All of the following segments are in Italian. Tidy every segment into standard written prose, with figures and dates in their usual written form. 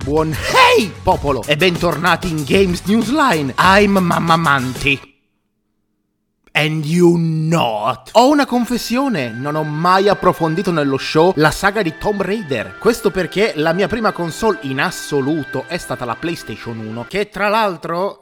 buon hey popolo e bentornati in Games Newsline. I'm Mammamanti. And you not. Ho una confessione, non ho mai approfondito nello show la saga di Tomb Raider. Questo perché la mia prima console in assoluto è stata la PlayStation 1, che tra l'altro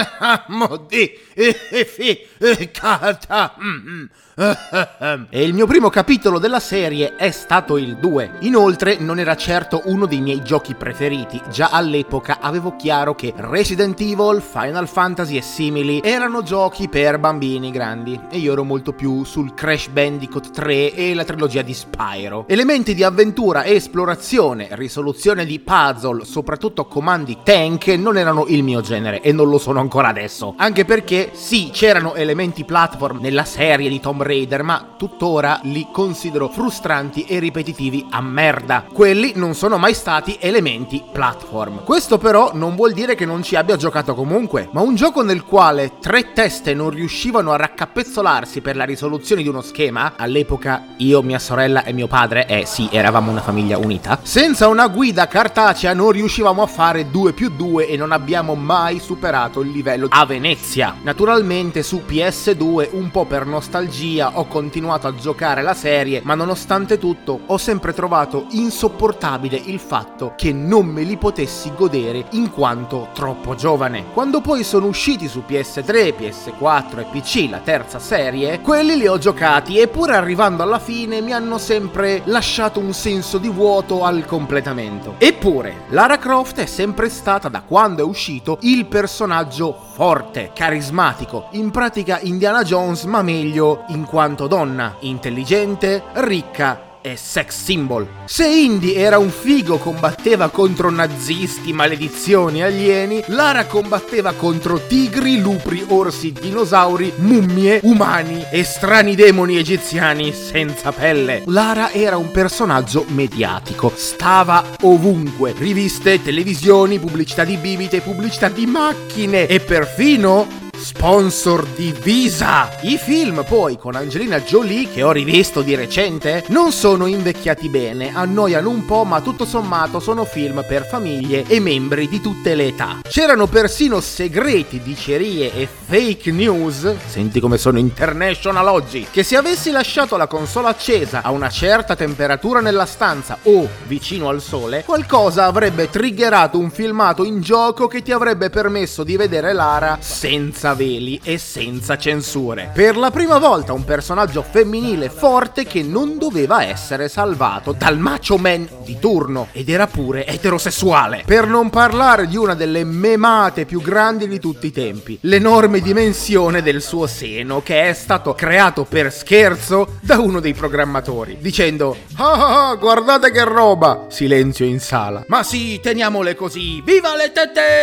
e il mio primo capitolo della serie è stato il 2. Inoltre non era certo uno dei miei giochi preferiti. Già all'epoca avevo chiaro che Resident Evil, Final Fantasy e simili erano giochi per bambini grandi e io ero molto più sul Crash Bandicoot 3 e la trilogia di Spyro. Elementi di avventura e esplorazione, risoluzione di puzzle, soprattutto comandi tank, non erano il mio genere e non lo sono ancora adesso. Anche perché sì, c'erano elementi platform nella serie di Tomb Raider, ma tuttora li considero frustranti e ripetitivi a merda. Quelli non sono mai stati elementi platform. Questo però non vuol dire che non ci abbia giocato comunque, ma un gioco nel quale 3 teste non riuscivano a raccapezzolarsi per la risoluzione di uno schema, all'epoca io, mia sorella e mio padre, sì, eravamo una famiglia unita, senza una guida cartacea non riuscivamo a fare 2+2 e non abbiamo mai superato il livello a Venezia. Naturalmente su PS2, un po' per nostalgia, ho continuato a giocare la serie, ma nonostante tutto ho sempre trovato insopportabile il fatto che non me li potessi godere in quanto troppo giovane. Quando poi sono usciti su PS3, PS4 e PC la terza serie, quelli li ho giocati e pur arrivando alla fine mi hanno sempre lasciato un senso di vuoto al completamento. Eppure Lara Croft è sempre stata, da quando è uscito, il personaggio forte, carismatico, in pratica Indiana Jones ma meglio in quanto donna, intelligente, ricca e sex symbol. Se Indy era un figo, combatteva contro nazisti, maledizioni, alieni, Lara combatteva contro tigri, lupri, orsi, dinosauri, mummie, umani e strani demoni egiziani senza pelle. Lara era un personaggio mediatico, stava ovunque, riviste, televisioni, pubblicità di bibite, pubblicità di macchine e perfino sponsor di Visa. I film poi con Angelina Jolie, che ho rivisto di recente, non sono invecchiati bene, annoiano un po', ma tutto sommato sono film per famiglie e membri di tutte le età. C'erano persino segreti, dicerie e fake news, senti come sono international oggi, che se avessi lasciato la console accesa a una certa temperatura nella stanza o vicino al sole, qualcosa avrebbe triggerato un filmato in gioco che ti avrebbe permesso di vedere Lara senza veli e senza censure. Per la prima volta un personaggio femminile forte che non doveva essere salvato dal macho man di turno ed era pure eterosessuale. Per non parlare di una delle memate più grandi di tutti i tempi, l'enorme dimensione del suo seno, che è stato creato per scherzo da uno dei programmatori, dicendo ah, guardate che roba, silenzio in sala, ma sì, teniamole così, viva le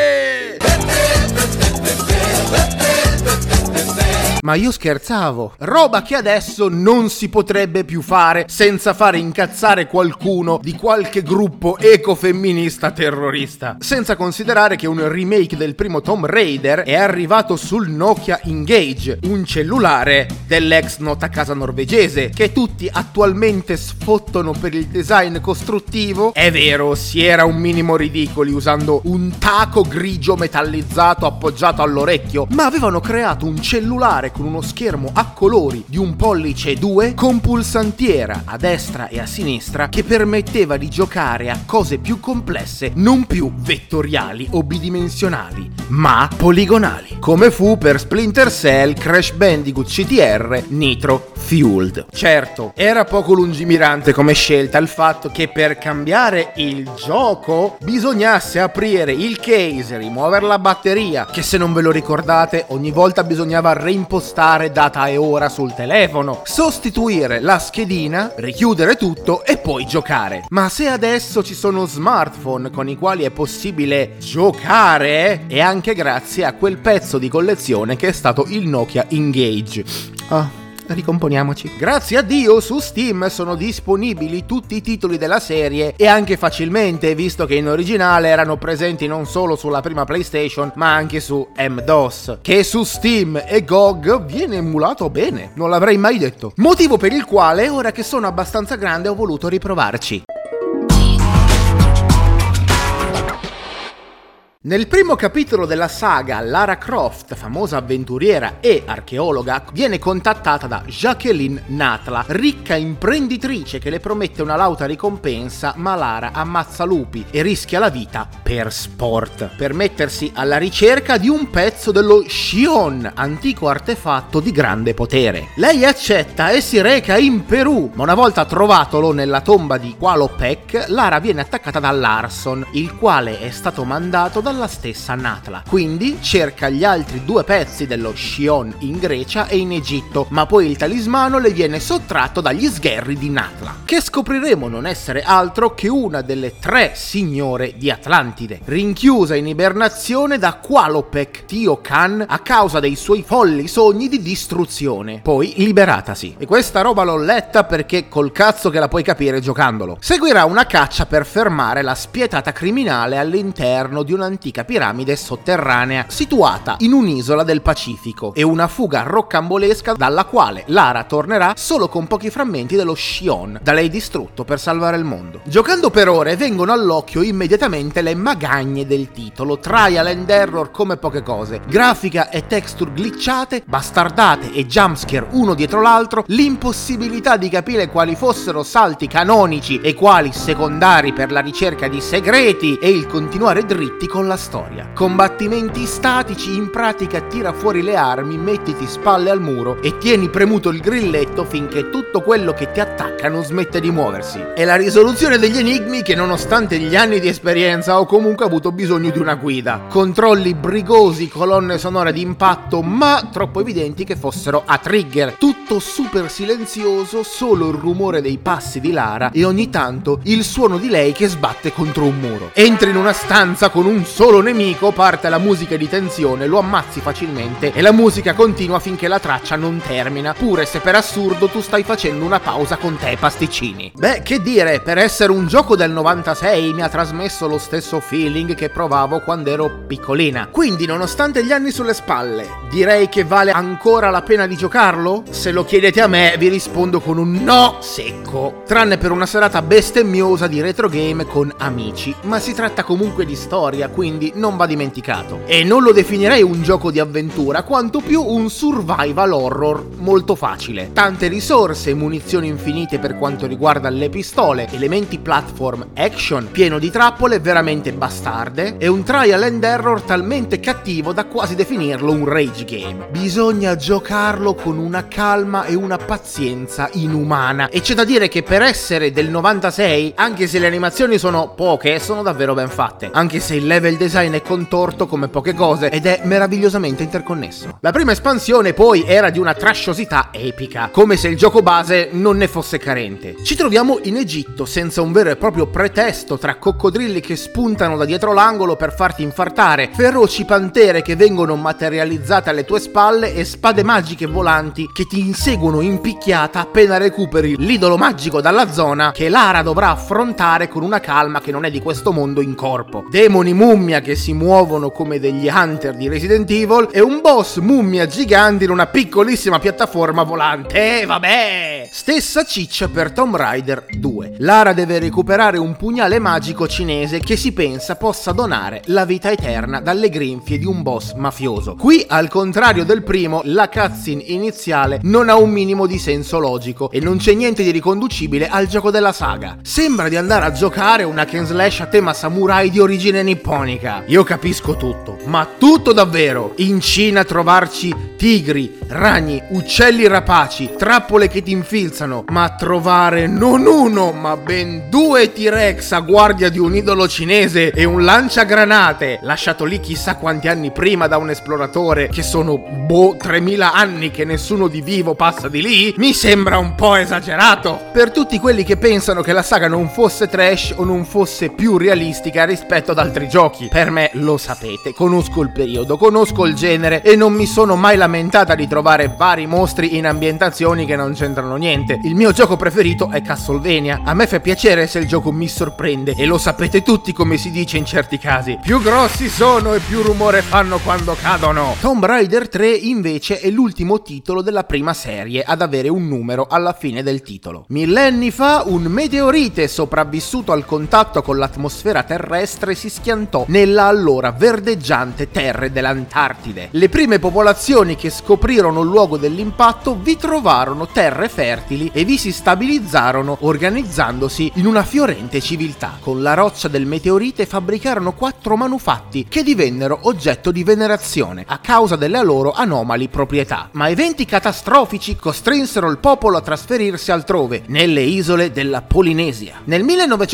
tette! Ma io scherzavo, roba che adesso non si potrebbe più fare senza fare incazzare qualcuno di qualche gruppo ecofemminista terrorista. Senza considerare che un remake del primo Tomb Raider è arrivato sul Nokia Engage, un cellulare dell'ex nota casa norvegese, che tutti attualmente sfottono per il design costruttivo. È vero, si era un minimo ridicoli usando un taco grigio metallizzato appoggiato all'orecchio, ma avevano creato un cellulare con uno schermo a colori di 1,2 pollici con pulsantiera a destra e a sinistra che permetteva di giocare a cose più complesse, non più vettoriali o bidimensionali, ma poligonali, come fu per Splinter Cell, Crash Bandicoot CTR, Nitro Fueled. Certo, era poco lungimirante come scelta il fatto che per cambiare il gioco bisognasse aprire il case, rimuovere la batteria, che se non ve lo ricordate ogni volta bisognava reimpostare data e ora sul telefono, sostituire la schedina, richiudere tutto e poi giocare. Ma se adesso ci sono smartphone con i quali è possibile giocare, è anche grazie a quel pezzo di collezione che è stato il Nokia Engage. Ricomponiamoci. Grazie a Dio su Steam sono disponibili tutti i titoli della serie e anche facilmente, visto che in originale erano presenti non solo sulla prima PlayStation ma anche su MS-DOS, che su Steam e GOG viene emulato bene, non l'avrei mai detto. Motivo per il quale ora che sono abbastanza grande ho voluto riprovarci. Nel primo capitolo della saga, Lara Croft, famosa avventuriera e archeologa, viene contattata da Jacqueline Natla, ricca imprenditrice che le promette una lauta ricompensa, ma Lara ammazza lupi e rischia la vita per sport, per mettersi alla ricerca di un pezzo dello Xion, antico artefatto di grande potere. Lei accetta e si reca in Perù, ma una volta trovatolo nella tomba di Qualopec, Lara viene attaccata da Larson, il quale è stato mandato dalla stessa Natla. Quindi cerca gli altri 2 pezzi dello Xion in Grecia e in Egitto, ma poi il talismano le viene sottratto dagli sgherri di Natla, che scopriremo non essere altro che una delle 3 signore di Atlantide, rinchiusa in ibernazione da Qualopec Tio Khan a causa dei suoi folli sogni di distruzione, poi liberatasi. E questa roba l'ho letta perché col cazzo che la puoi capire giocandolo. Seguirà una caccia per fermare la spietata criminale all'interno di un'antica piramide sotterranea situata in un'isola del Pacifico e una fuga roccambolesca dalla quale Lara tornerà solo con pochi frammenti dello Xion da lei distrutto per salvare il mondo. Giocando per ore vengono all'occhio immediatamente le magagne del titolo, trial and error come poche cose, grafica e texture glitchate, bastardate e jumpscare uno dietro l'altro, l'impossibilità di capire quali fossero salti canonici e quali secondari per la ricerca di segreti e il continuare dritti con la storia. Combattimenti statici, in pratica tira fuori le armi, mettiti spalle al muro e tieni premuto il grilletto finché tutto quello che ti attacca non smette di muoversi. È la risoluzione degli enigmi che nonostante gli anni di esperienza ho comunque avuto bisogno di una guida. Controlli brigosi, colonne sonore d'impatto ma troppo evidenti che fossero a trigger. Tutto super silenzioso, solo il rumore dei passi di Lara e ogni tanto il suono di lei che sbatte contro un muro. Entri in una stanza con un solo nemico, parte la musica di tensione, lo ammazzi facilmente e la musica continua finché la traccia non termina, pure se per assurdo tu stai facendo una pausa con te e pasticcini. Beh, che dire, per essere un gioco del 96 mi ha trasmesso lo stesso feeling che provavo quando ero piccolina. Quindi, nonostante gli anni sulle spalle, direi che vale ancora la pena di giocarlo? Se lo chiedete a me, vi rispondo con un no secco, tranne per una serata bestemmiosa di retro game con amici, ma si tratta comunque di storia, quindi non va dimenticato. E non lo definirei un gioco di avventura, quanto più un survival horror molto facile. Tante risorse, munizioni infinite per quanto riguarda le pistole, elementi platform action, pieno di trappole veramente bastarde, e un trial and error talmente cattivo da quasi definirlo un rage game. Bisogna giocarlo con una calma e una pazienza inumana, e c'è da dire che per essere del 96, anche se le animazioni sono poche, sono davvero ben fatte, anche se il level design è contorto come poche cose ed è meravigliosamente interconnesso. La prima espansione poi era di una trasciosità epica, come se il gioco base non ne fosse carente. Ci troviamo in Egitto senza un vero e proprio pretesto, tra coccodrilli che spuntano da dietro l'angolo per farti infartare, feroci pantere che vengono materializzate alle tue spalle e spade magiche volanti che ti inseguono in picchiata appena recuperi l'idolo magico dalla zona che Lara dovrà affrontare con una calma che non è di questo mondo in corpo. Demoni mummia che si muovono come degli hunter di Resident Evil e un boss mummia gigante in una piccolissima piattaforma volante. Vabbè! Stessa ciccia per Tomb Raider 2. Lara deve recuperare un pugnale magico cinese che si pensa possa donare la vita eterna dalle grinfie di un boss mafioso. Qui, al contrario del primo, la cutscene iniziale non ha un minimo di senso logico e non c'è niente di riconducibile al gioco della saga. Sembra di andare a giocare una hack and slash a tema samurai di origine nipponica. Io capisco tutto, ma tutto davvero. In Cina trovarci tigri, ragni, uccelli rapaci, trappole che ti infilzano, ma trovare non uno, ma ben 2 T-Rex a guardia di un idolo cinese e un lanciagranate, lasciato lì chissà quanti anni prima da un esploratore, che sono 3000 anni che nessuno di vivo passa di lì, mi sembra un po' esagerato. Per tutti quelli che pensano che la saga non fosse trash o non fosse più realistica rispetto ad altri giochi, per me, lo sapete, conosco il periodo, conosco il genere e non mi sono mai lamentato lamentata di trovare vari mostri in ambientazioni che non c'entrano niente. Il mio gioco preferito è Castlevania. A me fa piacere se il gioco mi sorprende, e lo sapete tutti come si dice in certi casi: più grossi sono e più rumore fanno quando cadono. Tomb Raider 3 invece è l'ultimo titolo della prima serie ad avere un numero alla fine del titolo. Millenni fa un meteorite sopravvissuto al contatto con l'atmosfera terrestre si schiantò nella allora verdeggiante terre dell'Antartide. Le prime popolazioni che scoprirono il luogo dell'impatto vi trovarono terre fertili e vi si stabilizzarono, organizzandosi in una fiorente civiltà. Con la roccia del meteorite fabbricarono 4 manufatti che divennero oggetto di venerazione a causa delle loro anomali proprietà. Ma eventi catastrofici costrinsero il popolo a trasferirsi altrove, nelle isole della Polinesia. Nel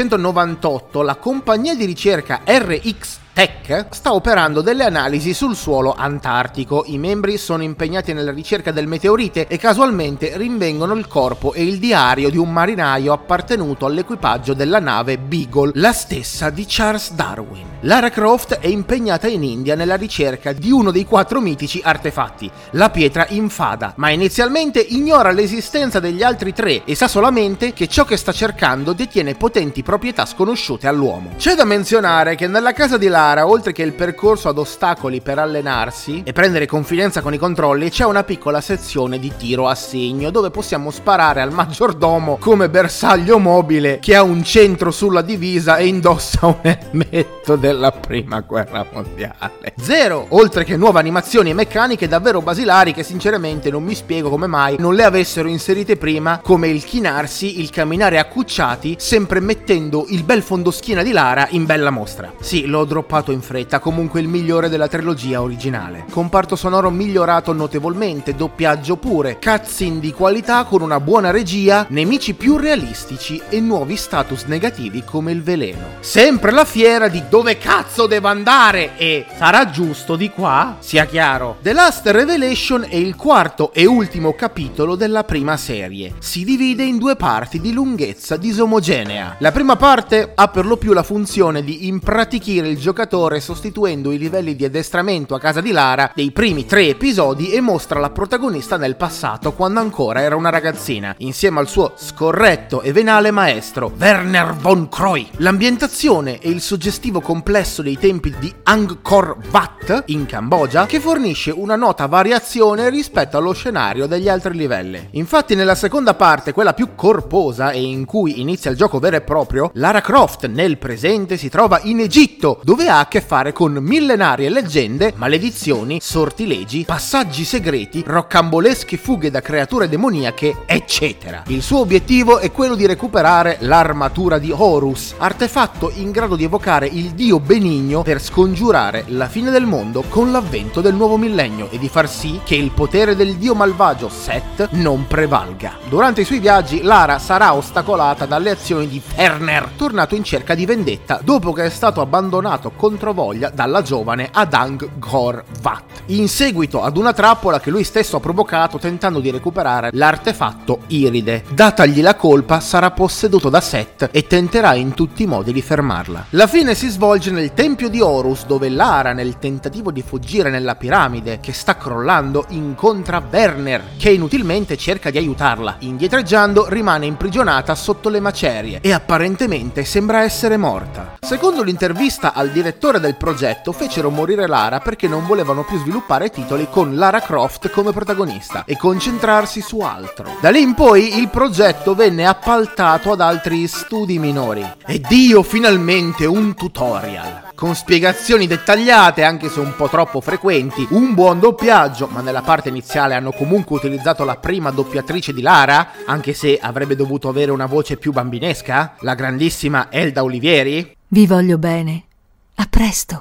1998 la compagnia di ricerca RX Tech sta operando delle analisi sul suolo antartico. I membri sono impegnati nella ricerca del meteorite e casualmente rinvengono il corpo e il diario di un marinaio appartenuto all'equipaggio della nave Beagle, la stessa di Charles Darwin. Lara Croft è impegnata in India nella ricerca di uno dei 4 mitici artefatti, la pietra infada, ma inizialmente ignora l'esistenza degli altri 3 e sa solamente che ciò che sta cercando detiene potenti proprietà sconosciute all'uomo. C'è da menzionare che nella casa di Lara, oltre che il percorso ad ostacoli per allenarsi e prendere confidenza con i controlli, c'è una piccola sezione di tiro a segno dove possiamo sparare al maggiordomo come bersaglio mobile che ha un centro sulla divisa e indossa un elmetto della prima guerra mondiale. Zero, oltre che nuove animazioni e meccaniche davvero basilari che sinceramente non mi spiego come mai non le avessero inserite prima, come il chinarsi, il camminare accucciati, sempre mettendo il bel fondoschiena di Lara in bella mostra. Sì, l'ho droppato in fretta, comunque il migliore della trilogia originale. Comparto sonoro migliorato notevolmente, doppiaggio pure, cutscene di qualità con una buona regia, nemici più realistici e nuovi status negativi come il veleno. Sempre la fiera di dove cazzo devo andare e sarà giusto di qua? Sia chiaro. The Last Revelation è il quarto e ultimo capitolo della prima serie. Si divide in 2 parti di lunghezza disomogenea. La prima parte ha per lo più la funzione di impratichire il giocatore sostituendo i livelli di addestramento a casa di Lara dei primi 3 episodi e mostra la protagonista nel passato quando ancora era una ragazzina, insieme al suo scorretto e venale maestro Werner von Croy. L'ambientazione e il suggestivo complesso dei tempi di Angkor Wat in Cambogia che fornisce una nota variazione rispetto allo scenario degli altri livelli. Infatti nella seconda parte, quella più corposa e in cui inizia il gioco vero e proprio, Lara Croft nel presente si trova in Egitto, dove ha a che fare con millenarie leggende, maledizioni, sortilegi, passaggi segreti, roccambolesche fughe da creature demoniache, eccetera. Il suo obiettivo è quello di recuperare l'armatura di Horus, artefatto in grado di evocare il dio benigno per scongiurare la fine del mondo con l'avvento del nuovo millennio e di far sì che il potere del dio malvagio Set non prevalga. Durante i suoi viaggi Lara sarà ostacolata dalle azioni di Werner, tornato in cerca di vendetta dopo che è stato abbandonato controvoglia dalla giovane ad Angkor Wat, in seguito ad una trappola che lui stesso ha provocato tentando di recuperare l'artefatto Iride. Datagli la colpa, sarà posseduto da Set e tenterà in tutti i modi di fermarla. La fine si svolge nel tempio di Horus, dove Lara, nel tentativo di fuggire nella piramide che sta crollando, incontra Werner, che inutilmente cerca di aiutarla. Indietreggiando rimane imprigionata sotto le macerie e apparentemente sembra essere morta. Secondo l'intervista al direttore del progetto, fecero morire Lara perché non volevano più sviluppare titoli con Lara Croft come protagonista e concentrarsi su altro. Da lì in poi il progetto venne appaltato ad altri studi minori. Ed io finalmente un tutorial con spiegazioni dettagliate, anche se un po' troppo frequenti, un buon doppiaggio, ma nella parte iniziale hanno comunque utilizzato la prima doppiatrice di Lara, anche se avrebbe dovuto avere una voce più bambinesca, la grandissima Elda Olivieri. Vi voglio bene. A presto.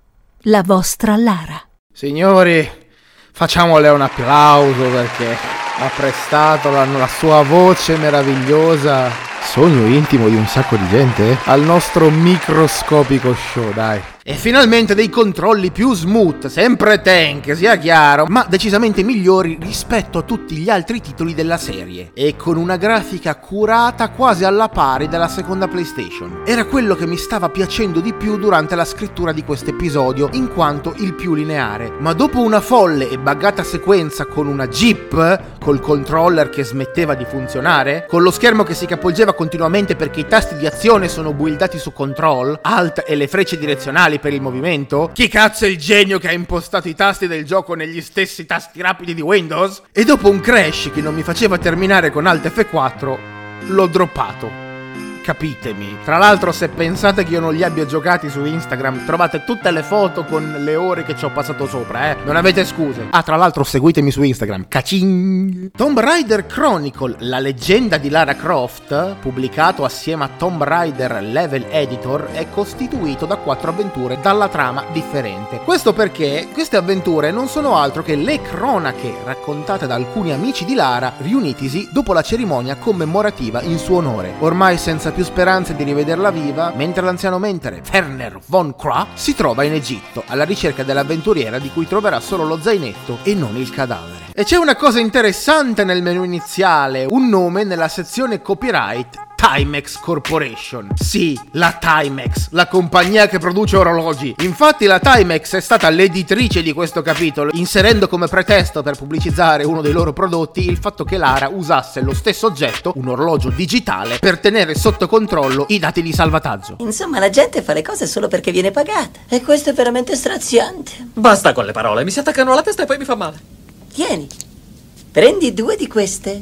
La vostra Lara. Signori, facciamole un applauso perché ha prestato la sua voce meravigliosa, sogno intimo di un sacco di gente, al nostro microscopico show, dai. E finalmente dei controlli più smooth, sempre tank, sia chiaro, ma decisamente migliori rispetto a tutti gli altri titoli della serie, e con una grafica curata quasi alla pari della seconda PlayStation. Era quello che mi stava piacendo di più durante la scrittura di questo episodio, in quanto il più lineare. Ma dopo una folle e buggata sequenza con una Jeep, col controller che smetteva di funzionare, con lo schermo che si capovolgeva continuamente perché i tasti di azione sono buildati su Control, Alt e le frecce direzionali per il movimento, chi cazzo è il genio che ha impostato i tasti del gioco negli stessi tasti rapidi di Windows? E dopo un crash che non mi faceva terminare con Alt F4, l'ho droppato. Capitemi. Tra l'altro, se pensate che io non li abbia giocati su Instagram, trovate tutte le foto con le ore che ci ho passato sopra, Non avete scuse. Ah, tra l'altro seguitemi su Instagram. Cacing! Tomb Raider Chronicle, la leggenda di Lara Croft, pubblicato assieme a Tomb Raider Level Editor, è costituito da 4 avventure dalla trama differente. Questo perché queste avventure non sono altro che le cronache raccontate da alcuni amici di Lara riunitisi dopo la cerimonia commemorativa in suo onore. Ormai senza più speranze di rivederla viva, mentre l'anziano mentere Werner von Kra si trova in Egitto alla ricerca dell'avventuriera di cui troverà solo lo zainetto e non il cadavere. E c'è una cosa interessante nel menu iniziale, un nome nella sezione copyright: Timex Corporation. Sì, la Timex, la compagnia che produce orologi. Infatti la Timex è stata l'editrice di questo capitolo, inserendo come pretesto per pubblicizzare uno dei loro prodotti il fatto che Lara usasse lo stesso oggetto, un orologio digitale, per tenere sotto controllo i dati di salvataggio. Insomma, la gente fa le cose solo perché viene pagata. E questo è veramente straziante. Basta con le parole, mi si attaccano alla testa e poi mi fa male. Tieni, prendi 2 di queste.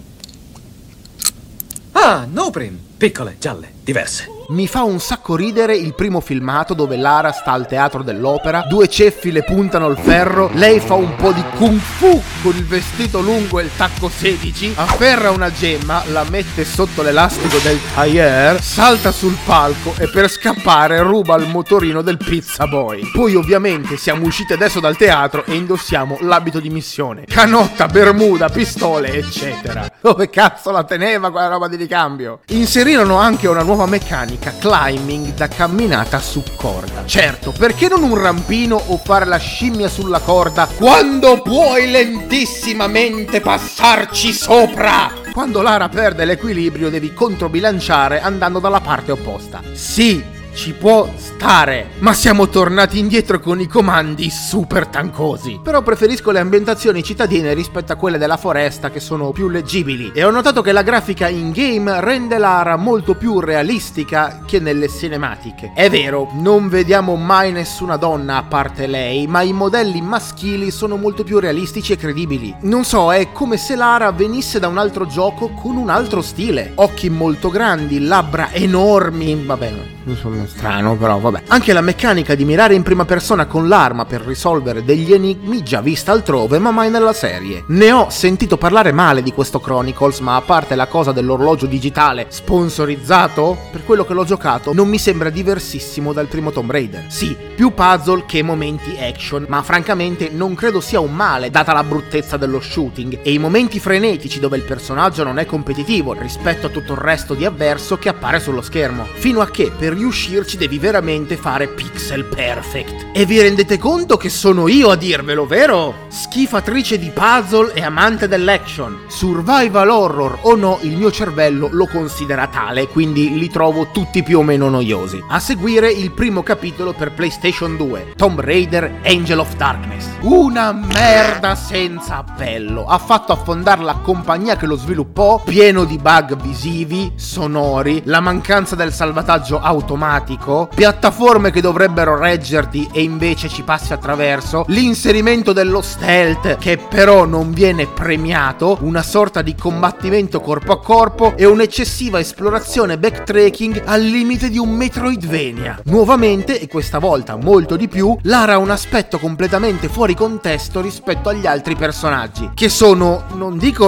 Ah, Noprin. Piccole, gialle, diverse. Mi fa un sacco ridere il primo filmato dove Lara sta al teatro dell'opera, 2 ceffi le puntano il ferro, lei fa un po' di kung fu con il vestito lungo e il tacco 16, afferra una gemma, la mette sotto l'elastico del tailleur, salta sul palco e per scappare ruba il motorino del pizza boy. Poi ovviamente siamo usciti adesso dal teatro e indossiamo l'abito di missione, canotta, bermuda, pistole eccetera. Dove cazzo la teneva quella roba di ricambio? Inserirono anche una nuova meccanica, climbing da camminata su corda. Certo, perché non un rampino o fare la scimmia sulla corda quando puoi lentissimamente passarci sopra? Quando Lara perde l'equilibrio devi controbilanciare andando dalla parte opposta. Sì, ci può stare, ma siamo tornati indietro con i comandi super tancosi. Però preferisco le ambientazioni cittadine rispetto a quelle della foresta, che sono più leggibili, e ho notato che la grafica in game rende Lara molto più realistica che nelle cinematiche. È vero, non vediamo mai nessuna donna a parte lei, ma i modelli maschili sono molto più realistici e credibili. Non so, è come se Lara venisse da un altro gioco con un altro stile. Occhi molto grandi, labbra enormi, vabbè, non sono strano, però vabbè. Anche la meccanica di mirare in prima persona con l'arma per risolvere degli enigmi già vista altrove, ma mai nella serie. Ne ho sentito parlare male di questo Chronicles, ma a parte la cosa dell'orologio digitale sponsorizzato, per quello che l'ho giocato non mi sembra diversissimo dal primo Tomb Raider. Sì, più puzzle che momenti action, ma francamente non credo sia un male data la bruttezza dello shooting e i momenti frenetici dove il personaggio non è competitivo rispetto a tutto il resto di avverso che appare sullo schermo. Fino a che per riuscirci devi veramente fare pixel perfect. E vi rendete conto che sono io a dirvelo, vero? Schifatrice di puzzle e amante dell'action. Survival horror o no, il mio cervello lo considera tale, quindi li trovo tutti più o meno noiosi. A seguire il primo capitolo per PlayStation 2, Tomb Raider Angel of Darkness. Una merda senza appello. Ha fatto affondare la compagnia che lo sviluppò, pieno di bug visivi, sonori, la mancanza del salvataggio automatico, piattaforme che dovrebbero reggerti e invece ci passi attraverso, l'inserimento dello stealth che però non viene premiato, una sorta di combattimento corpo a corpo e un'eccessiva esplorazione backtracking al limite di un Metroidvania. Nuovamente, e questa volta molto di più, Lara ha un aspetto completamente fuori contesto rispetto agli altri personaggi, che sono, non dico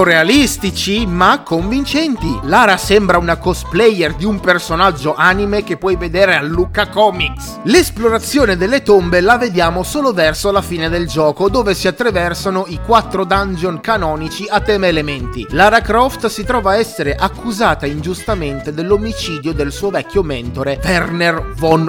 realistici, ma convincenti. Lara sembra una cosplayer di un personaggio anime che puoi vedere vedere a Lucca Comics. L'esplorazione delle tombe la vediamo solo verso la fine del gioco, dove si attraversano i 4 dungeon canonici a tema elementi. Lara Croft si trova a essere accusata ingiustamente dell'omicidio del suo vecchio mentore Werner von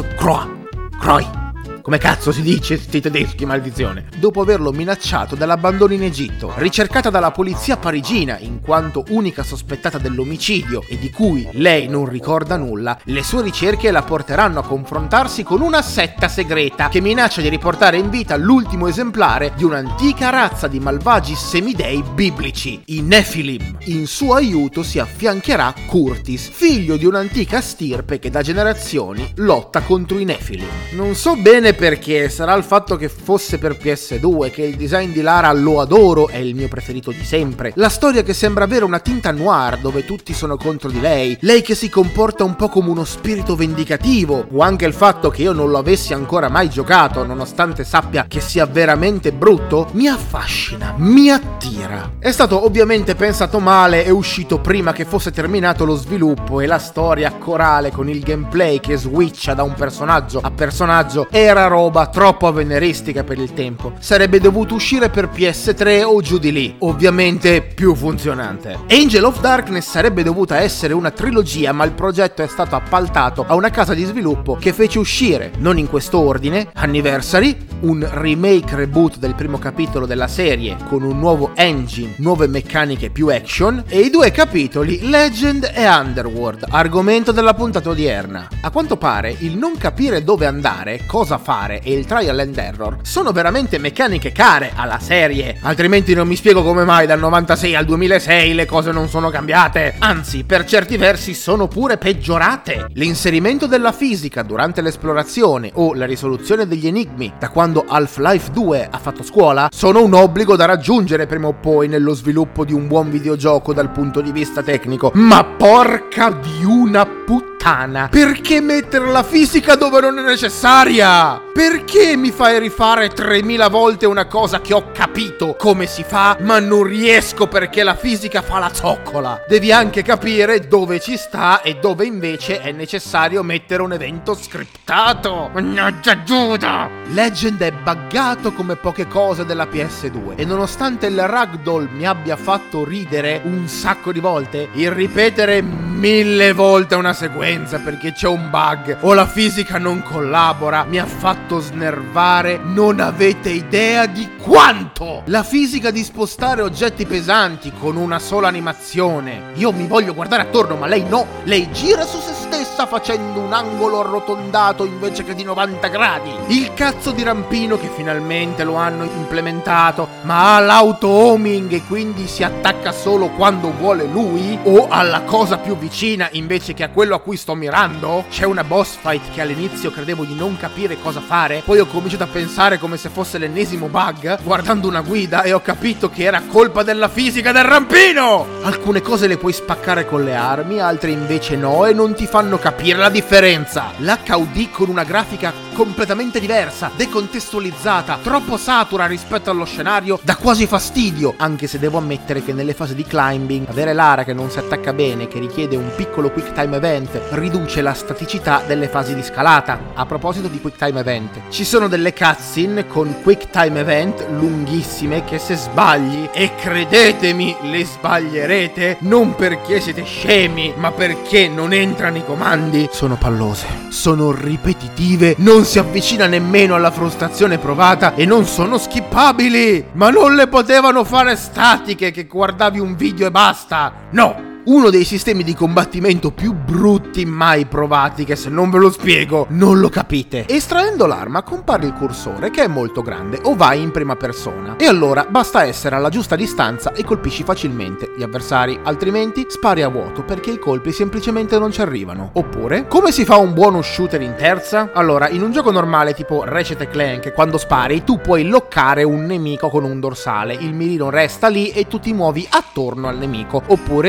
Croy. Come cazzo si dice sti tedeschi, maledizione? Dopo averlo minacciato dall'abbandono in Egitto. Ricercata dalla polizia parigina in quanto unica sospettata dell'omicidio e di cui lei non ricorda nulla, le sue ricerche la porteranno a confrontarsi con una setta segreta che minaccia di riportare in vita l'ultimo esemplare di un'antica razza di malvagi semidei biblici, i Nephilim. In suo aiuto si affiancherà Curtis, figlio di un'antica stirpe che da generazioni lotta contro i Nephilim. Non so bene perché, sarà il fatto che fosse per PS2, che il design di Lara lo adoro, è il mio preferito di sempre. La storia che sembra avere una tinta noir dove tutti sono contro di lei che si comporta un po' come uno spirito vendicativo, o anche il fatto che io non lo avessi ancora mai giocato nonostante sappia che sia veramente brutto, mi affascina, mi attira. È stato ovviamente pensato male, è uscito prima che fosse terminato lo sviluppo e la storia corale con il gameplay che switcha da un personaggio a personaggio era roba troppo avveniristica per il tempo. Sarebbe dovuto uscire per PS3 o giù di lì, ovviamente più funzionante. Angel of Darkness sarebbe dovuta essere una trilogia, ma il progetto è stato appaltato a una casa di sviluppo che fece uscire, non in questo ordine, Anniversary, un remake reboot del primo capitolo della serie con un nuovo engine, nuove meccaniche più action, e i 2 capitoli Legend e Underworld, argomento della puntata odierna. A quanto pare il non capire dove andare, cosa fare e il trial and error sono veramente meccaniche care alla serie, altrimenti non mi spiego come mai dal 96 al 2006 le cose non sono cambiate, anzi per certi versi sono pure peggiorate. L'inserimento della fisica durante l'esplorazione o la risoluzione degli enigmi da quando Half-Life 2 ha fatto scuola sono un obbligo da raggiungere prima o poi nello sviluppo di un buon videogioco dal punto di vista tecnico, ma porca di una puttana, perché mettere la fisica dove non è necessaria? Perché mi fai rifare 3000 volte una cosa che ho capito come si fa, ma non riesco perché la fisica fa la zoccola? Devi anche capire dove ci sta e dove invece è necessario mettere un evento scriptato. Mannaggia Giuda! Legend è buggato come poche cose della PS2 e nonostante il ragdoll mi abbia fatto ridere un sacco di volte, il ripetere 1000 volte una sequenza perché c'è un bug o la fisica non collabora mi ha fatto snervare, non avete idea di quanto. La fisica di spostare oggetti pesanti con una sola animazione. Io mi voglio guardare attorno, ma lei no, lei gira su se stessa facendo un angolo arrotondato invece che di 90 gradi. Il cazzo di rampino che finalmente lo hanno implementato, ma ha l'auto-homing e quindi si attacca solo quando vuole lui, o alla cosa più vicina invece che a quello a cui sto mirando. C'è una boss fight che all'inizio credevo di non capire cosa fare, poi ho cominciato a pensare come se fosse l'ennesimo bug guardando una guida e ho capito che era colpa della fisica del rampino. Alcune cose le puoi spaccare con le armi, altre invece no e non ti fanno capire la differenza. L'HUD con una grafica completamente diversa, decontestualizzata, troppo satura rispetto allo scenario, dà quasi fastidio, anche se devo ammettere che nelle fasi di climbing avere Lara che non si attacca bene, che richiede un piccolo quick time event, riduce la staticità delle fasi di scalata. A proposito di quick time event, ci sono delle cutscene con quick time event lunghissime che se sbagli, e credetemi le sbaglierete, non perché siete scemi ma perché non entrano i comandi, sono pallose, sono ripetitive, non si avvicina nemmeno alla frustrazione provata e non sono skippabili. Ma non le potevano fare statiche che guardavi un video e basta, no! Uno dei sistemi di combattimento più brutti mai provati, che se non ve lo spiego non lo capite. Estraendo l'arma compare il cursore che è molto grande o vai in prima persona e allora basta essere alla giusta distanza e colpisci facilmente gli avversari, altrimenti spari a vuoto perché i colpi semplicemente non ci arrivano. Oppure, come si fa un buono shooter in terza? Allora, in un gioco normale tipo Ratchet & Clank, quando spari tu puoi loccare un nemico con un dorsale, il mirino resta lì e tu ti muovi attorno al nemico. Oppure il cursore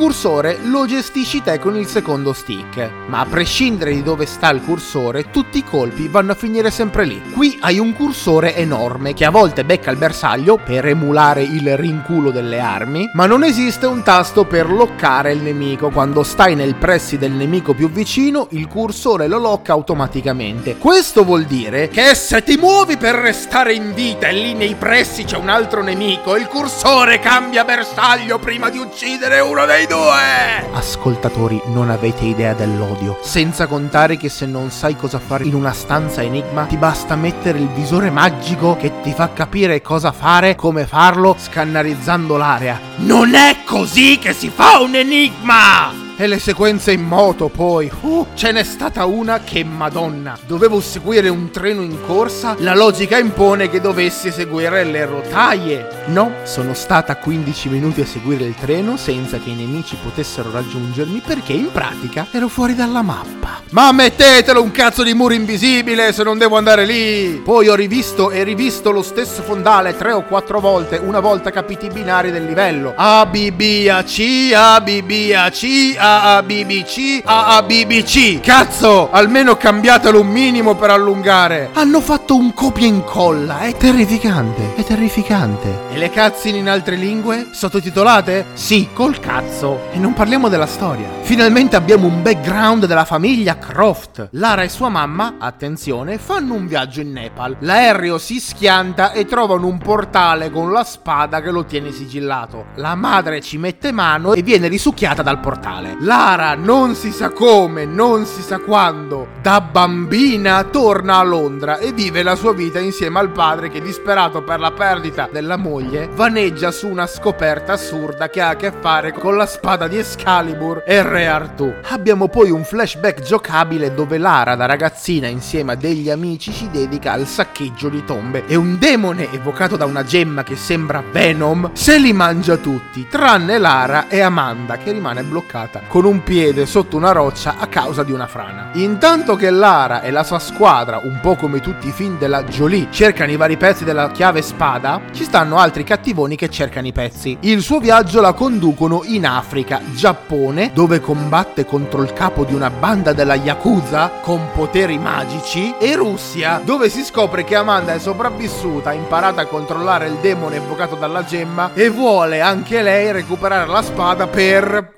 cursore lo gestisci te con il secondo stick, ma a prescindere di dove sta il cursore, tutti i colpi vanno a finire sempre lì. Qui hai un cursore enorme che a volte becca il bersaglio per emulare il rinculo delle armi, ma non esiste un tasto per loccare il nemico. Quando stai nel pressi del nemico più vicino, il cursore lo locca automaticamente. Questo vuol dire che se ti muovi per restare in vita e lì nei pressi c'è un altro nemico, il cursore cambia bersaglio prima di uccidere uno dei due. Ascoltatori, non avete idea dell'odio. Senza contare che se non sai cosa fare in una stanza enigma, ti basta mettere il visore magico che ti fa capire cosa fare, come farlo, scannerizzando l'area. Non è così che si fa un enigma! E le sequenze in moto poi, ce n'è stata una che madonna, dovevo seguire un treno in corsa, la logica impone che dovessi seguire le rotaie. No, sono stata 15 minuti a seguire il treno senza che i nemici potessero raggiungermi perché in pratica ero fuori dalla mappa. Ma mettetelo un cazzo di muro invisibile se non devo andare lì! Poi ho rivisto e rivisto lo stesso fondale 3 o 4 volte, una volta capiti i binari del livello. A, B, B, A, C, A, B, B, A, C, A, B, B, C, A, B, B, C. Cazzo, almeno cambiatelo un minimo per allungare. Hanno fatto un copia e incolla, è terrificante, è terrificante. E le cutscene in altre lingue? Sottotitolate? Sì, col cazzo. E non parliamo della storia. Finalmente abbiamo un background della famiglia Croft. Lara e sua mamma, attenzione, fanno un viaggio in Nepal. L'aereo si schianta e trovano un portale con la spada che lo tiene sigillato. La madre ci mette mano e viene risucchiata dal portale. Lara, non si sa come, non si sa quando, da bambina torna a Londra e vive la sua vita insieme al padre che, disperato per la perdita della moglie, vaneggia su una scoperta assurda che ha a che fare con la spada di Excalibur e Re Artù. Abbiamo poi un flashback giocabile dove Lara da ragazzina insieme a degli amici si dedica al saccheggio di tombe e un demone evocato da una gemma che sembra Venom se li mangia tutti, tranne Lara e Amanda che rimane bloccata con un piede sotto una roccia a causa di una frana. Intanto che Lara e la sua squadra, un po' come tutti i film della Jolie, cercano i vari pezzi della chiave spada, ci stanno altri cattivoni che cercano i pezzi. Il suo viaggio la conducono in Africa, Giappone, dove combatte contro il capo di una banda della Yakuza con poteri magici, e Russia, dove si scopre che Amanda è sopravvissuta, ha imparato a controllare il demone evocato dalla gemma e vuole anche lei recuperare la spada per...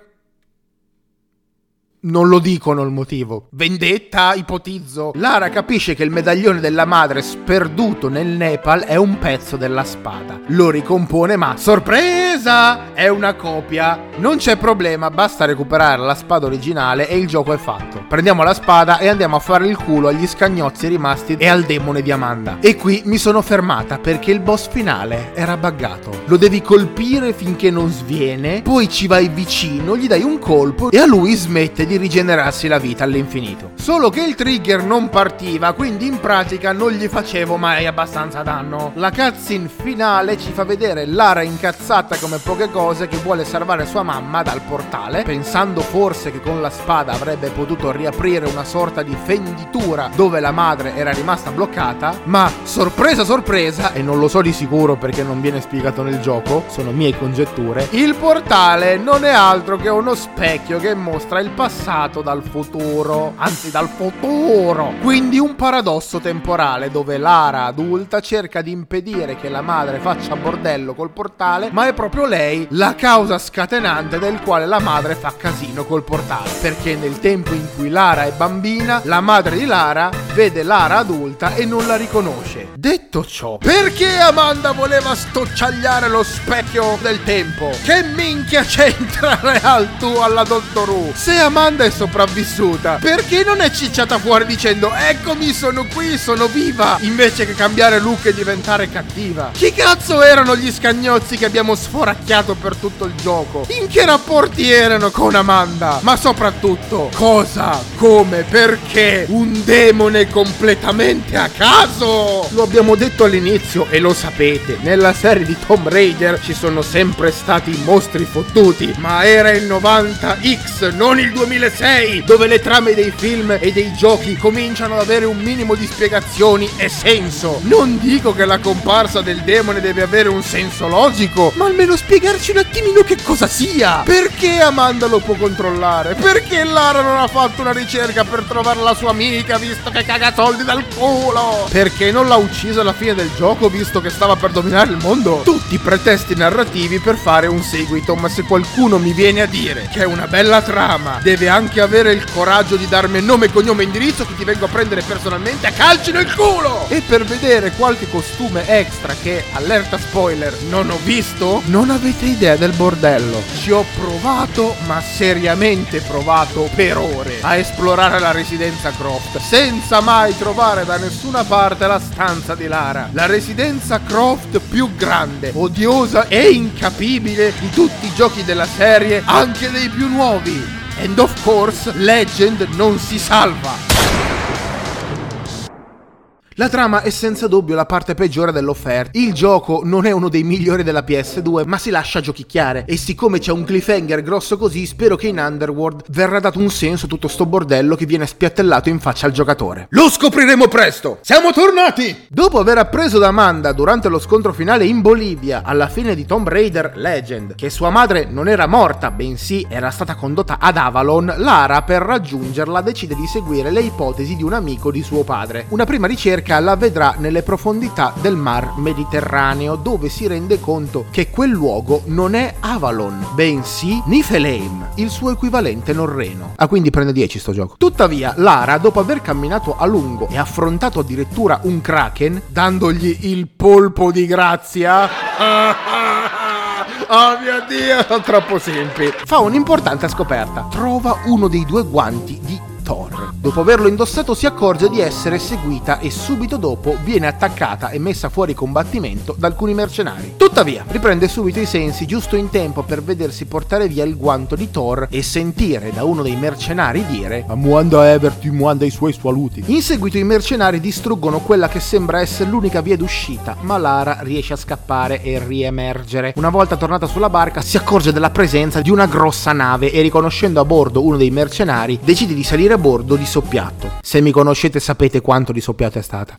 Non lo dicono il motivo. Vendetta, ipotizzo. Lara capisce che il medaglione della madre sperduto nel Nepal è un pezzo della spada. Lo ricompone, ma sorpresa! È una copia. Non c'è problema, basta recuperare la spada originale e il gioco è fatto. Prendiamo la spada e andiamo a fare il culo agli scagnozzi rimasti e al demone di Amanda. E qui mi sono fermata perché il boss finale era buggato. Lo devi colpire finché non sviene, poi ci vai vicino, gli dai un colpo e a lui smette di rigenerarsi la vita all'infinito. Solo che il trigger non partiva, quindi in pratica non gli facevo mai abbastanza danno. La cutscene finale ci fa vedere Lara incazzata come poche cose che vuole salvare sua mamma dal portale, pensando forse che con la spada avrebbe potuto riaprire una sorta di fenditura dove la madre era rimasta bloccata, ma sorpresa sorpresa, e non lo so di sicuro perché non viene spiegato nel gioco, sono mie congetture, il portale non è altro che uno specchio che mostra il passato dal futuro, anzi dal futuro. Quindi un paradosso temporale dove Lara adulta cerca di impedire che la madre faccia bordello col portale, ma è proprio lei la causa scatenante del quale la madre fa casino col portale, perché nel tempo in cui Lara è bambina, la madre di Lara vede Lara adulta e non la riconosce. Detto ciò, perché Amanda voleva stocciagliare lo specchio del tempo? Che minchia c'entra Real tu alla Dottor Who? Se Amanda è sopravvissuta, perché non è cicciata fuori dicendo eccomi, sono qui, sono viva, invece che cambiare look e diventare cattiva? Chi cazzo erano gli scagnozzi che abbiamo sforacchiato per tutto il gioco? In che rapporti erano con Amanda? Ma soprattutto, cosa, come, perché un demone completamente a caso? Lo abbiamo detto all'inizio e lo sapete, nella serie di Tomb Raider ci sono sempre stati mostri fottuti, ma era il 90X, non il 2000 2006, dove le trame dei film e dei giochi cominciano ad avere un minimo di spiegazioni e senso. Non dico che la comparsa del demone deve avere un senso logico, ma almeno spiegarci un attimino che cosa sia. Perché Amanda lo può controllare? Perché Lara non ha fatto una ricerca per trovare la sua amica, visto che caga soldi dal culo? Perché non l'ha uccisa alla fine del gioco, visto che stava per dominare il mondo? Tutti pretesti narrativi per fare un seguito, ma se qualcuno mi viene a dire che è una bella trama, deve anche avere il coraggio di darmi nome, cognome e indirizzo, che ti vengo a prendere personalmente a calci nel culo! E per vedere qualche costume extra che, allerta spoiler, non ho visto, non avete idea del bordello. Ci ho provato, ma seriamente provato per ore a esplorare la residenza Croft, senza mai trovare da nessuna parte la stanza di Lara. La residenza Croft più grande, odiosa e incapibile di tutti i giochi della serie, anche dei più nuovi. And of course, Legend non si salva. La trama è senza dubbio la parte peggiore dell'offerta. Il gioco non è uno dei migliori della PS2, ma si lascia giochicchiare, e siccome c'è un cliffhanger grosso così, spero che in Underworld verrà dato un senso a tutto sto bordello che viene spiattellato in faccia al giocatore. Lo scopriremo presto! Siamo tornati! Dopo aver appreso da Amanda durante lo scontro finale in Bolivia, alla fine di Tomb Raider Legend, che sua madre non era morta, bensì era stata condotta ad Avalon, Lara, per raggiungerla, decide di seguire le ipotesi di un amico di suo padre. Una prima ricerca la vedrà nelle profondità del mar Mediterraneo, dove si rende conto che quel luogo non è Avalon, bensì Niflheim, il suo equivalente norreno. Quindi prende 10 sto gioco. Tuttavia, Lara, dopo aver camminato a lungo e affrontato addirittura un kraken, dandogli il polpo di grazia, oh mio Dio, sono troppo semplici, fa un'importante scoperta. Trova uno dei 2 guanti di Thor. Dopo averlo indossato si accorge di essere seguita e subito dopo viene attaccata e messa fuori combattimento da alcuni mercenari. Tuttavia, riprende subito i sensi giusto in tempo per vedersi portare via il guanto di Thor e sentire da uno dei mercenari dire "Muanda Everti, muanda i suoi saluti". In seguito i mercenari distruggono quella che sembra essere l'unica via d'uscita, ma Lara riesce a scappare e riemergere. Una volta tornata sulla barca si accorge della presenza di una grossa nave e, riconoscendo a bordo uno dei mercenari, decide di salire a bordo di soppiatto. Se mi conoscete sapete quanto di soppiatto è stata.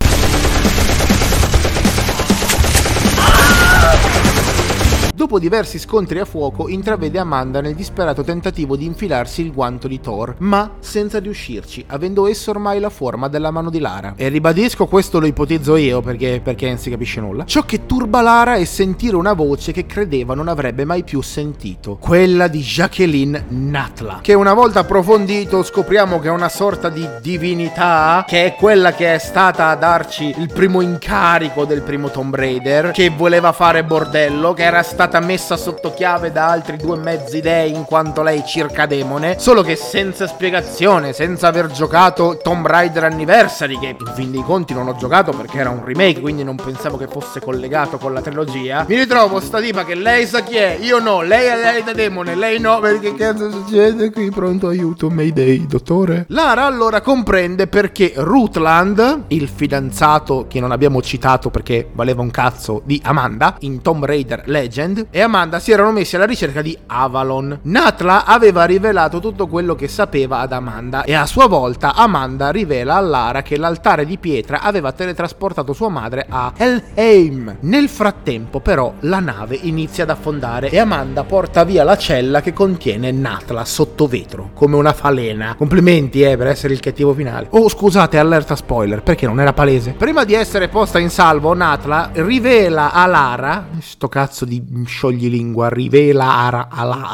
Dopo diversi scontri a fuoco, intravede Amanda nel disperato tentativo di infilarsi il guanto di Thor, ma senza riuscirci, avendo esso ormai la forma della mano di Lara. E ribadisco, questo lo ipotizzo io, perché non si capisce nulla. Ciò che turba Lara è sentire una voce che credeva non avrebbe mai più sentito, quella di Jacqueline Natla, che una volta approfondito scopriamo che è una sorta di divinità, che è quella che è stata a darci il primo incarico del primo Tomb Raider, che voleva fare bordello, che era stata messa sotto chiave da altri 2 mezzi dei in quanto lei circa demone, solo che senza spiegazione, senza aver giocato Tomb Raider Anniversary, che in fin dei conti non ho giocato perché era un remake, quindi non pensavo che fosse collegato con la trilogia. Mi ritrovo sta tipa che lei sa chi è, io no, lei è lei da demone, lei no, perché cazzo succede qui? Pronto aiuto, Mayday, dottore? Lara allora comprende perché Rutland, il fidanzato che non abbiamo citato perché valeva un cazzo di Amanda in Tomb Raider Legend, e Amanda si erano messi alla ricerca di Avalon. Natla aveva rivelato tutto quello che sapeva ad Amanda, e a sua volta Amanda rivela a Lara che l'altare di pietra aveva teletrasportato sua madre a Helheim. Nel frattempo però la nave inizia ad affondare e Amanda porta via la cella che contiene Natla sotto vetro, come una falena. Complimenti per essere il cattivo finale. Oh scusate, allerta spoiler, perché non era palese. Prima di essere posta in salvo, Natla rivela a Lara, sto cazzo di scioglilingua, rivela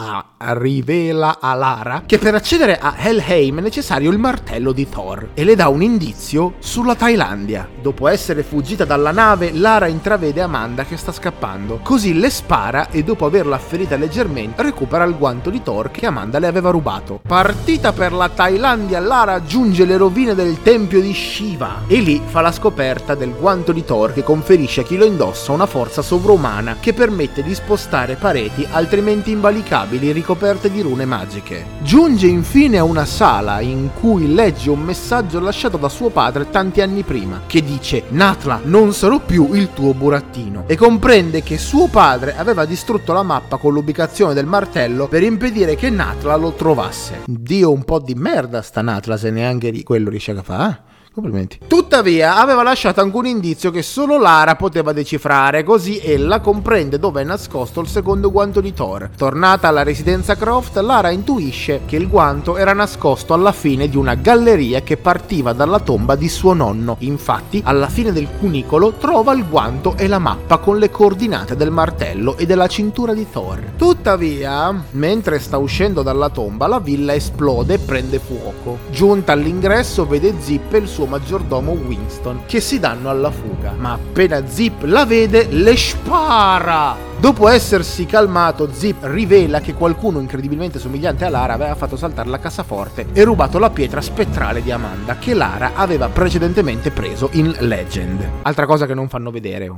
a Lara che per accedere a Helheim è necessario il martello di Thor, e le dà un indizio sulla Thailandia. Dopo essere fuggita dalla nave, Lara intravede Amanda che sta scappando, così le spara e dopo averla ferita leggermente recupera il guanto di Thor che Amanda le aveva rubato. Partita per la Thailandia, Lara raggiunge le rovine del tempio di Shiva e lì fa la scoperta del guanto di Thor che conferisce a chi lo indossa una forza sovrumana che permette di spostare pareti altrimenti invalicabili ricoperte di rune magiche. Giunge infine a una sala in cui legge un messaggio lasciato da suo padre tanti anni prima, che dice: Natla, non sarò più il tuo burattino, e comprende che suo padre aveva distrutto la mappa con l'ubicazione del martello per impedire che Natla lo trovasse. Dio, un po' di merda sta Natla, se neanche di quello riesce a fare. Complimenti. Tuttavia aveva lasciato anche un indizio che solo Lara poteva decifrare, così ella comprende dove è nascosto il secondo guanto di Thor. Tornata alla residenza Croft, Lara intuisce che il guanto era nascosto alla fine di una galleria che partiva dalla tomba di suo nonno. Infatti, alla fine del cunicolo trova il guanto e la mappa con le coordinate del martello e della cintura di Thor. Tuttavia, mentre sta uscendo dalla tomba, la villa esplode e prende fuoco. Giunta all'ingresso, vede Zip e il suo maggiordomo Winston che si danno alla fuga, ma appena Zip la vede le spara. Dopo essersi calmato, Zip rivela che qualcuno incredibilmente somigliante a Lara aveva fatto saltare la cassaforte e rubato la pietra spettrale di Amanda che Lara aveva precedentemente preso in Legend. Altra cosa che non fanno vedere,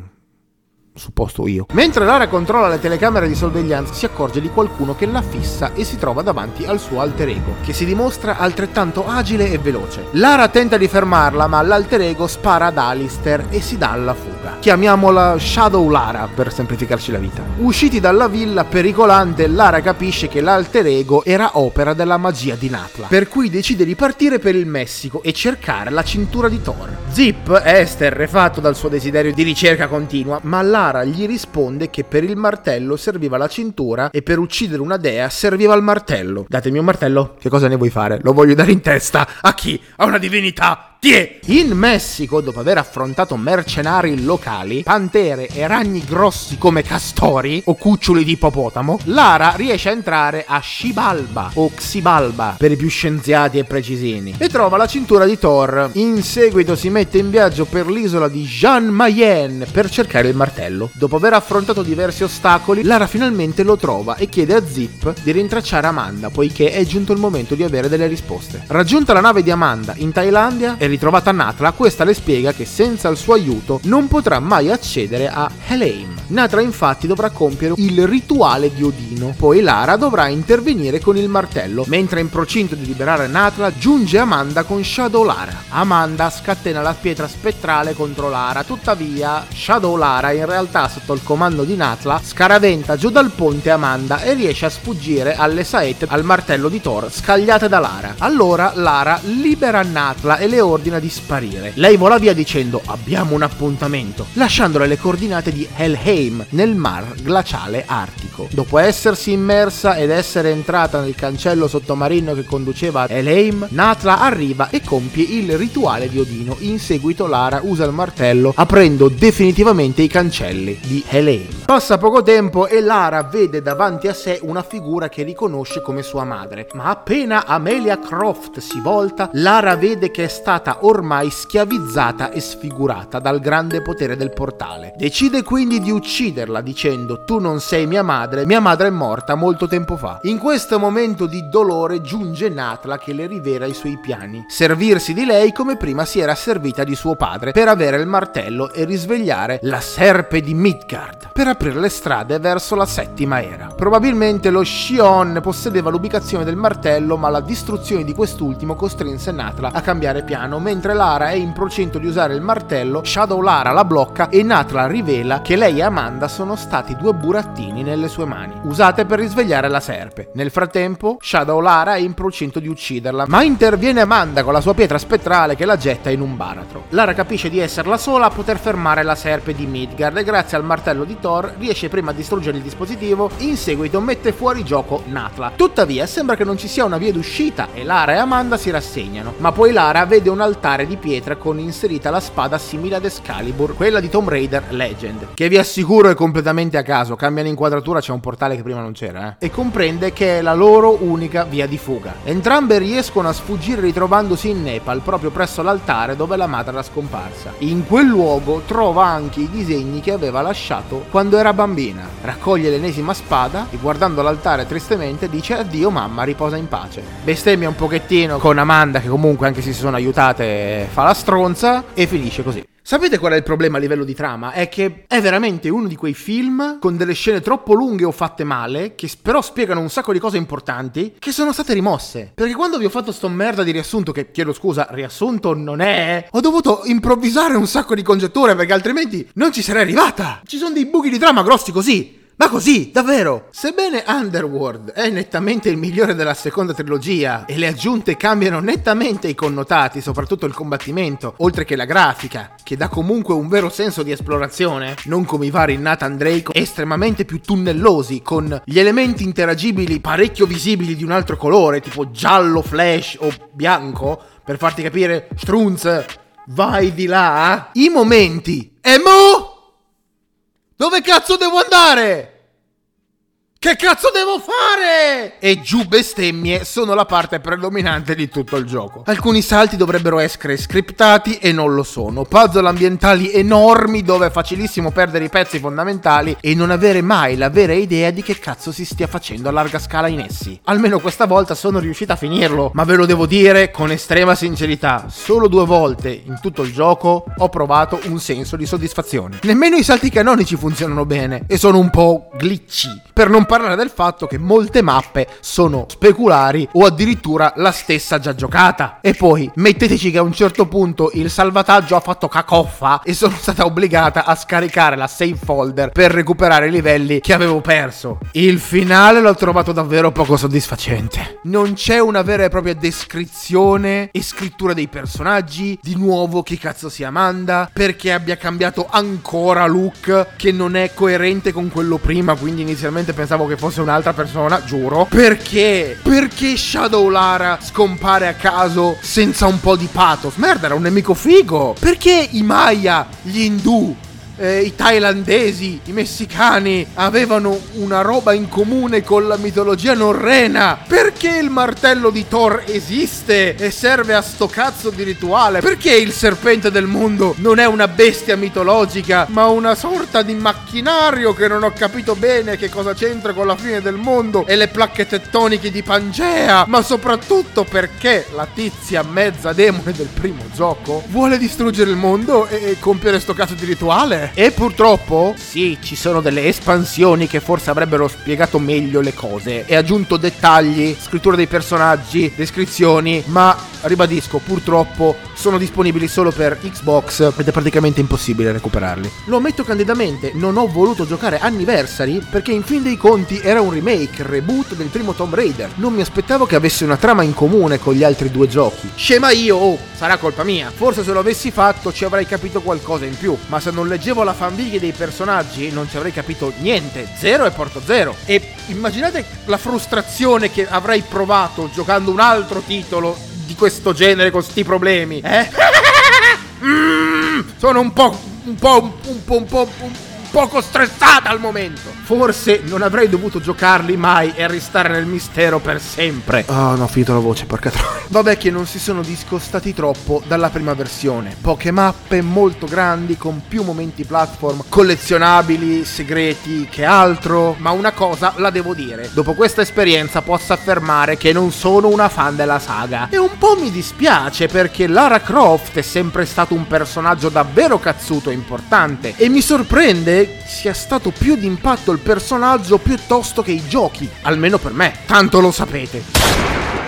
supposto io. Mentre Lara controlla le telecamere di sorveglianza, si accorge di qualcuno che la fissa e si trova davanti al suo alter ego, che si dimostra altrettanto agile e veloce. Lara tenta di fermarla, ma l'alter ego spara ad Alistair e si dà alla fuga. Chiamiamola Shadow Lara per semplificarci la vita. Usciti dalla villa pericolante, Lara capisce che l'alter ego era opera della magia di Natla, per cui decide di partire per il Messico e cercare la cintura di Thor. Zip è esterrefatto dal suo desiderio di ricerca continua, ma Lara gli risponde che per il martello serviva la cintura e per uccidere una dea serviva il martello. Datemi un martello? Che cosa ne vuoi fare? Lo voglio dare in testa. A chi? A una divinità? In Messico, dopo aver affrontato mercenari locali, pantere e ragni grossi come castori o cuccioli di ippopotamo, Lara riesce a entrare a Xibalba o Xibalba per i più scienziati e precisini e trova la cintura di Thor. In seguito si mette in viaggio per l'isola di Jan Mayen per cercare il martello. Dopo aver affrontato diversi ostacoli, Lara finalmente lo trova e chiede a Zip di rintracciare Amanda, poiché è giunto il momento di avere delle risposte. Raggiunta la nave di Amanda in Thailandia e ritrovata Natla, questa le spiega che senza il suo aiuto non potrà mai accedere a Helheim. Natla infatti dovrà compiere il rituale di Odino, poi Lara dovrà intervenire con il martello. Mentre in procinto di liberare Natla, giunge Amanda con Shadow Lara. Amanda scatena la pietra spettrale contro Lara, tuttavia Shadow Lara, in realtà sotto il comando di Natla, scaraventa giù dal ponte Amanda e riesce a sfuggire alle saette al martello di Thor scagliate da Lara. Allora Lara libera Natla e le ordina di sparire. Lei vola via dicendo abbiamo un appuntamento, lasciandole le coordinate di Helheim nel mar glaciale artico. Dopo essersi immersa ed essere entrata nel cancello sottomarino che conduceva a Helheim, Natla arriva e compie il rituale di Odino. In seguito Lara usa il martello aprendo definitivamente i cancelli di Helheim. Passa poco tempo e Lara vede davanti a sé una figura che riconosce come sua madre, ma appena Amelia Croft si volta, Lara vede che è stata ormai schiavizzata e sfigurata dal grande potere del portale. Decide quindi di ucciderla dicendo tu non sei mia madre è morta molto tempo fa. In questo momento di dolore giunge Natla che le rivela i suoi piani: servirsi di lei come prima si era servita di suo padre per avere il martello e risvegliare la serpe di Midgard per aprire le strade verso la settima era. Probabilmente lo Shion possedeva l'ubicazione del martello, ma la distruzione di quest'ultimo costrinse Natla a cambiare piano. Mentre Lara è in procinto di usare il martello, Shadow Lara la blocca e Natla rivela che lei e Amanda sono stati due burattini nelle sue mani, usate per risvegliare la serpe. Nel frattempo, Shadow Lara è in procinto di ucciderla, ma interviene Amanda con la sua pietra spettrale che la getta in un baratro. Lara capisce di essere la sola a poter fermare la serpe di Midgard e grazie al martello di Thor riesce prima a distruggere il dispositivo, in seguito mette fuori gioco Natla. Tuttavia sembra che non ci sia una via d'uscita e Lara e Amanda si rassegnano, ma poi Lara vede un altare di pietra con inserita la spada simile ad Excalibur, quella di Tomb Raider Legend, che vi assicuro è completamente a caso, cambiano inquadratura, c'è un portale che prima non c'era, e comprende che è la loro unica via di fuga. Entrambe riescono a sfuggire ritrovandosi in Nepal, proprio presso l'altare dove la madre era scomparsa. In quel luogo trova anche i disegni che aveva lasciato quando era bambina, raccoglie l'ennesima spada e guardando l'altare tristemente dice addio mamma, riposa in pace. Bestemmia un pochettino con Amanda che comunque anche se si sono aiutate fa la stronza e finisce così. Sapete qual è il problema a livello di trama? È che è veramente uno di quei film con delle scene troppo lunghe o fatte male, che però spiegano un sacco di cose importanti, che sono state rimosse. Perché quando vi ho fatto sto merda di riassunto, che chiedo scusa, riassunto non è, ho dovuto improvvisare un sacco di congetture perché altrimenti non ci sarei arrivata. Ci sono dei buchi di trama grossi così. Ma così, davvero! Sebbene Underworld è nettamente il migliore della seconda trilogia e le aggiunte cambiano nettamente i connotati, soprattutto il combattimento, oltre che la grafica, che dà comunque un vero senso di esplorazione, non come i vari Nathan Drake estremamente più tunnellosi, con gli elementi interagibili parecchio visibili di un altro colore, tipo giallo flash o bianco, per farti capire, Strunz, vai di là, i momenti. E mo? Dove cazzo devo andare? Che cazzo devo fare? E giù bestemmie sono la parte predominante di tutto il gioco. Alcuni salti dovrebbero essere scriptati e non lo sono. Puzzle ambientali enormi dove è facilissimo perdere i pezzi fondamentali e non avere mai la vera idea di che cazzo si stia facendo a larga scala in essi. Almeno questa volta sono riuscito a finirlo, ma ve lo devo dire con estrema sincerità, solo 2 volte in tutto il gioco ho provato un senso di soddisfazione. Nemmeno i salti canonici funzionano bene e sono un po' glitchy. Per non parlare del fatto che molte mappe sono speculari o addirittura la stessa già giocata. E poi metteteci che a un certo punto il salvataggio ha fatto cacoffa e sono stata obbligata a scaricare la save folder per recuperare i livelli che avevo perso. Il finale l'ho trovato davvero poco soddisfacente. Non c'è una vera e propria descrizione e scrittura dei personaggi, di nuovo chi cazzo sia Amanda, perché abbia cambiato ancora look che non è coerente con quello prima, quindi inizialmente pensavo che fosse un'altra persona, giuro. Perché Shadow Lara scompare a caso senza un po' di pathos? Merda, era un nemico figo. Perché i Maya, gli Indù, i thailandesi, i messicani avevano una roba in comune con la mitologia norrena? Perché il martello di Thor esiste e serve a sto cazzo di rituale? Perché il serpente del mondo non è una bestia mitologica ma una sorta di macchinario che non ho capito bene che cosa c'entra con la fine del mondo e le placche tettoniche di Pangea? Ma soprattutto perché la tizia mezza demone del primo gioco vuole distruggere il mondo e compiere sto cazzo di rituale? E purtroppo, sì, ci sono delle espansioni che forse avrebbero spiegato meglio le cose e aggiunto dettagli, scrittura dei personaggi, descrizioni, ma ribadisco, purtroppo sono disponibili solo per Xbox ed è praticamente impossibile recuperarli. Lo ammetto candidamente, non ho voluto giocare Anniversary perché in fin dei conti era un remake, reboot del primo Tomb Raider. Non mi aspettavo che avesse una trama in comune con gli altri 2 giochi. Scema io, oh, sarà colpa mia. Forse se lo avessi fatto ci avrei capito qualcosa in più, ma se non leggevo la fanbiglia dei personaggi non ci avrei capito niente, 0 e porto 0. E immaginate la frustrazione che avrei provato giocando un altro titolo di questo genere con sti problemi, sono un poco stressata al momento. Forse non avrei dovuto giocarli mai e restare nel mistero per sempre. Oh, no, ho finito la voce, porca troia. Vabbè che non si sono discostati troppo dalla prima versione. Poche mappe molto grandi con più momenti platform collezionabili, segreti che altro. Ma una cosa la devo dire, dopo questa esperienza posso affermare che non sono una fan della saga. E un po' mi dispiace perché Lara Croft è sempre stato un personaggio davvero cazzuto e importante e mi sorprende sia stato più d'impatto il personaggio piuttosto che i giochi, almeno per me, tanto lo sapete.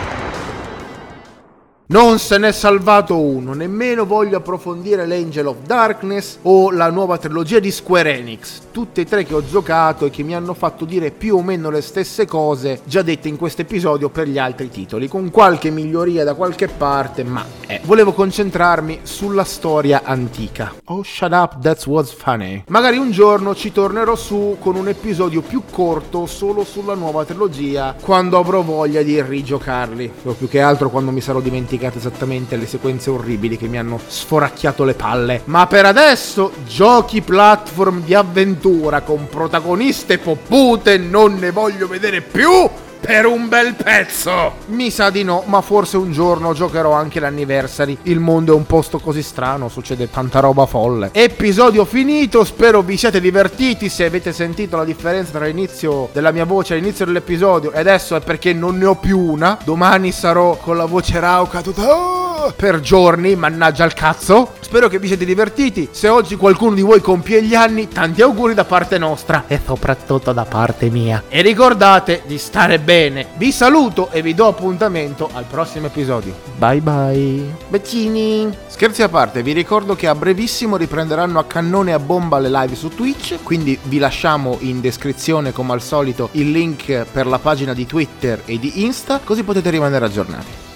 Non se n'è salvato uno, nemmeno voglio approfondire l'Angel of Darkness o la nuova trilogia di Square Enix, tutte e 3 che ho giocato e che mi hanno fatto dire più o meno le stesse cose già dette in questo episodio per gli altri titoli, con qualche miglioria da qualche parte, ma volevo concentrarmi sulla storia antica. Oh, shut up, that was funny. Magari un giorno ci tornerò su con un episodio più corto solo sulla nuova trilogia, quando avrò voglia di rigiocarli, o più che altro quando mi sarò dimenticato esattamente le sequenze orribili che mi hanno sforacchiato le palle. Ma per adesso giochi platform di avventura con protagoniste poppute non ne voglio vedere più per un bel pezzo. Mi sa di no, ma forse un giorno giocherò anche l'Anniversary. Il mondo è un posto così strano, succede tanta roba folle. Episodio finito, spero vi siate divertiti. Se avete sentito la differenza tra l'inizio della mia voce all'inizio dell'episodio e adesso è perché non ne ho più una. Domani sarò con la voce rauca tutta per giorni, mannaggia al cazzo. Spero che vi siete divertiti. Se oggi qualcuno di voi compie gli anni, tanti auguri da parte nostra e soprattutto da parte mia. E ricordate di stare bene. Vi saluto e vi do appuntamento al prossimo episodio. Bye bye. Bacini. Scherzi a parte, vi ricordo che a brevissimo riprenderanno a cannone e a bomba le live su Twitch, quindi vi lasciamo in descrizione come al solito il link per la pagina di Twitter e di Insta, così potete rimanere aggiornati.